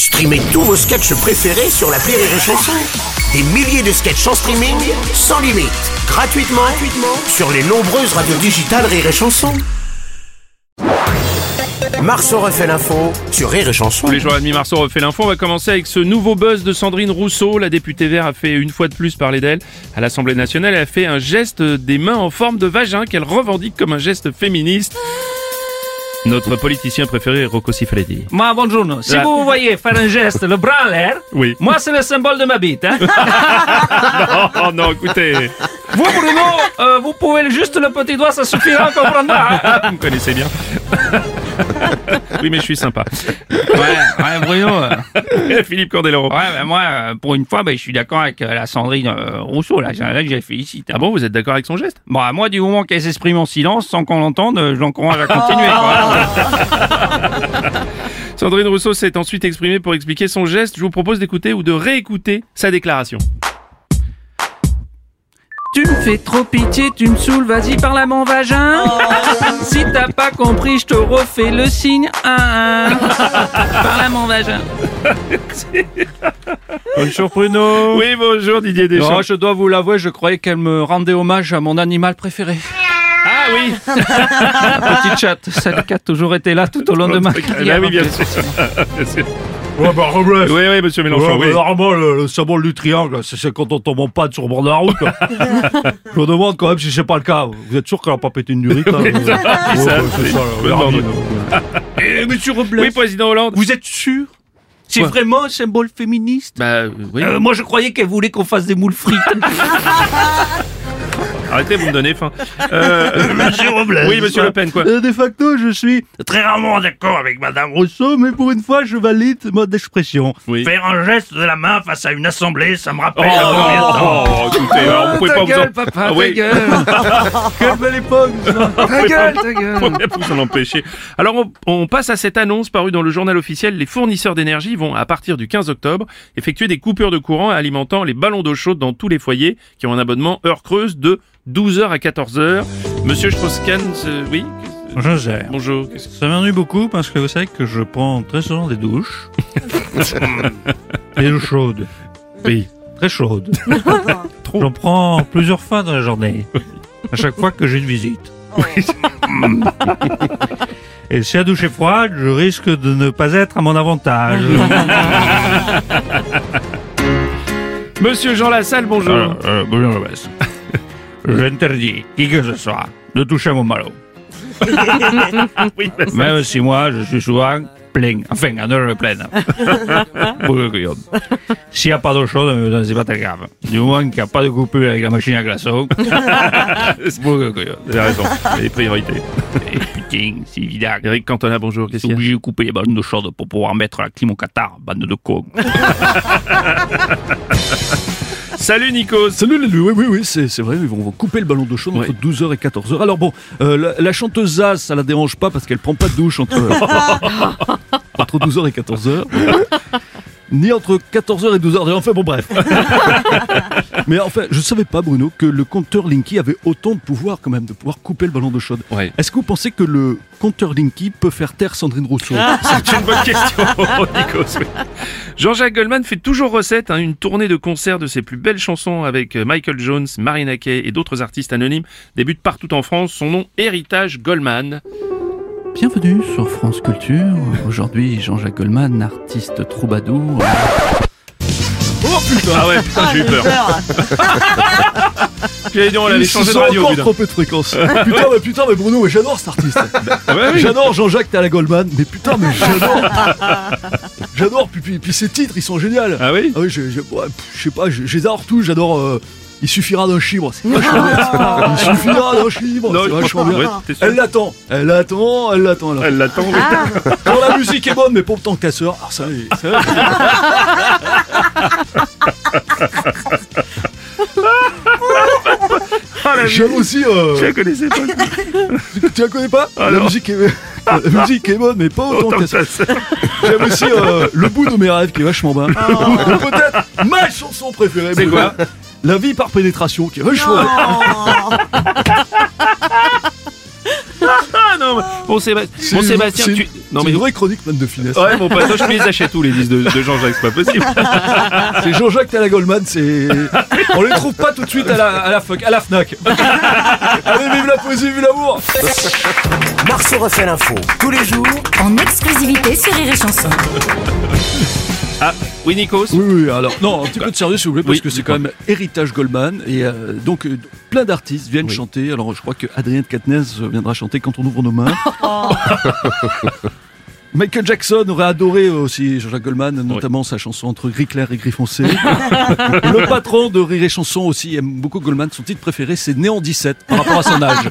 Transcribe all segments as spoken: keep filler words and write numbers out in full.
Streamez tous vos sketchs préférés sur l'appli Rire et Chanson. Des milliers de sketchs en streaming, sans limite, gratuitement, gratuitement sur les nombreuses radios digitales Rire et Chanson. Marceau refait l'info sur Rire et Chanson. Tous les jours et demi, Marceau refait l'info. On va commencer avec ce nouveau buzz de Sandrine Rousseau. La députée Vert a fait une fois de plus parler d'elle. À l'Assemblée nationale, elle a fait un geste des mains en forme de vagin qu'elle revendique comme un geste féministe. Notre politicien préféré, Rocco Siffredi. Ma buongiorno, si Ah. vous voyez faire un geste, le bras en l'air, Oui. moi c'est le symbole de ma bite. Hein. Non, non, écoutez, Vous Bruno, euh, vous pouvez juste le petit doigt, ça suffira, on comprendra. Hein. vous me connaissez bien. Oui, mais je suis sympa. Ouais, ouais Bruno. euh, Philippe Candeloro. Ouais, ben moi, euh, pour une fois, ben, je suis d'accord avec euh, la Sandrine euh, Rousseau, là, là que j'ai félicite. Ah bon, vous êtes d'accord avec son geste? Bon, moi, du moment qu'elle s'exprime en silence, sans qu'on l'entende, euh, je l'encourage à continuer. Quoi. Sandrine Rousseau s'est ensuite exprimée pour expliquer son geste. Je vous propose d'écouter ou de réécouter sa déclaration. Tu me fais trop pitié, tu me saoules, vas-y par là mon vagin. Si t'as pas compris, je te refais le signe. Un, un. Par là mon vagin. Bonjour Bruno. Oui, bonjour Didier Deschamps. Oh, je dois vous l'avouer, je croyais qu'elle me rendait hommage à mon animal préféré. Ah oui. Petite chatte, celle qui a toujours été là tout au long de ma carrière. Ah oui, bien sûr. Bien sûr. Ouais, bah, Robles. Oui, oui, monsieur Mélenchon, Ouais, oui. bah, normalement, le, le symbole du triangle, c'est c'est quand on tombe en panne sur le bord de la route. Quoi. Je me demande quand même si c'est pas le cas. Vous êtes sûr qu'elle a pas pété une durite là? Oui, Ouais, ça, ouais, ça, c'est oui. ça, là, Je me ouais, demande. ouais. Eh, monsieur Robles, Oui, président Hollande. vous êtes sûr? C'est Quoi? vraiment un symbole féministe? Bah, euh, oui. Euh, moi je croyais qu'elle voulait qu'on fasse des moules frites. Arrêtez, vous me donnez faim. Euh, Monsieur Robles. oui, monsieur Le Pen, quoi. Euh, de facto, je suis très rarement d'accord avec Madame Rousseau, mais pour une fois, je valide ce mode d'expression. Oui. Faire un geste de la main face à une assemblée, ça me Oh, rappelle un premier temps. oh, écoutez, alors, vous pouvez Ta pas vous gueule, en... papa, Ah, ta oui. gueule. Quelle belle époque, ça. Ta gueule, ta gueule. Vous pouvez pas vous en empêcher. Alors, on, on passe à cette annonce parue dans le journal officiel. Les fournisseurs d'énergie vont, à partir du quinze octobre, effectuer des coupures de courant alimentant les ballons d'eau chaude dans tous les foyers qui ont un abonnement heure creuse de douze heures à quatorze heures. Monsieur Strauss-Kahn, euh, oui? Je sais. Bonjour. Qu'est-ce que- Ça m'ennuie beaucoup parce que vous savez que je prends très souvent des douches. Des douches chaudes. Oui. Très chaudes. J'en prends plusieurs fois dans la journée. À chaque fois que j'ai une visite. Et si la douche est froide, je risque de ne pas être à mon avantage. Monsieur Jean Lassalle, bonjour. Alors, euh, bonjour, Robes. J'interdis qui que ce soit de toucher mon ballon. Oui, bah, ça- Même si moi, je suis souvent plein. Enfin, en heure pleine. Pour le couillon. S'il n'y a pas d'eau chaude, euh, c'est pas très grave. Du moment qu'il n'y a pas de coupure avec la machine à glaçons. Pour le couillon. Vous avez raison. Les priorités. Et putain, c'est évident. Eric Cantona, bonjour. Qu'est-ce C'est qu'il y a? obligé de couper les ballons d'eau chaude pour pouvoir mettre la clim au Qatar, bande de cons. Salut Nikos. Salut les oui, oui, oui, c'est, c'est vrai, ils vont, vont couper le ballon d'eau chaude entre Ouais. douze heures et quatorze heures. Alors bon, euh, la, la chanteuse Zaz, ça la dérange pas parce qu'elle prend pas de douche entre, entre douze heures et quatorze heures. Ni entre quatorze heures et douze heures. Enfin bon, bref. Mais enfin, je savais pas, Bruno, que le compteur Linky avait autant de pouvoir quand même, de pouvoir couper le ballon d'eau chaude. Ouais. Est-ce que vous pensez que le compteur Linky peut faire taire Sandrine Rousseau? C'est une bonne question, Nikos. Oui. Jean-Jacques Goldman fait toujours recette, hein, une tournée de concerts de ses plus belles chansons avec Michael Jones, Marina Kaye et d'autres artistes anonymes débute partout en France. Son nom, Héritage Goldman. Bienvenue sur France Culture. Aujourd'hui, Jean-Jacques Goldman, artiste troubadour. Oh putain! Ah ouais, putain, j'ai eu peur. J'allais dire, on l'avait Ils se changé de sont radio, encore putain. trompés de fréquence. Putain, mais putain, mais Bruno, mais j'adore cet artiste. Ah ouais, oui. J'adore Jean-Jacques, t'es à la Goldman, mais putain, mais j'adore. J'adore, puis, puis, puis ces titres, ils sont géniaux. Ah oui? Ah oui, je, je, ouais, pff, je sais pas, je, je les adore tous, j'adore. euh, Il suffira d'un chibre, c'est vachement bien. Il suffira d'un chibre, Non, c'est je vachement pense- bien. ouais, t'es sûr? Elle l'attend, elle l'attend, elle l'attend. Elle Elle l'attend. oui. Quand la musique est bonne, mais pas autant que casseur. Ah, ça, ça, Ah, la j'aime aussi. Euh, Je la connaissais pas. tu la connais pas? Ah, La non. musique est, la musique est bonne, mais pas autant Autant que que casseur. ça. J'aime aussi euh, Le bout de mes rêves qui est vachement bien. Et peut-être ma chanson préférée. C'est Bruno. quoi? La vie par pénétration qui est vachement bien. non, bon, Séba- C'est bon une- Sébastien, c'est tu... une- Non c'est mais... une vraie chronique, man de finesse. Ouais, mon pote, je me les achète tous les disques de, de Jean-Jacques, c'est pas possible. C'est Jean-Jacques Tala Goldman, c'est. On les trouve pas tout de suite à la, à la, F- à la Fnac. Allez, vive la poésie, vive l'amour! Marceau refait l'info tous les jours En exclusivité sur Rire et Chanson. Ah, oui, Nikos. Oui, oui, alors, non, un petit peu de sérieux s'il vous plaît, parce Oui, que c'est dis-moi. quand même héritage Goldman, et euh, donc euh, plein d'artistes viennent Oui. chanter. Alors, je crois que Adrien de Quatennens viendra chanter Quand on ouvre nos mains. Michael Jackson aurait adoré aussi Jean-Jacques Goldman, notamment sa chanson Entre gris clair et gris foncé. Le patron de Rire et Chanson aussi aime beaucoup Goldman. Son titre préféré, c'est Néant dix-sept, par rapport à son âge.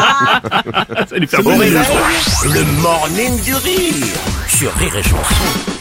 Ça va lui faire Au bon réveil, le morning du rire sur Rire et Chanson.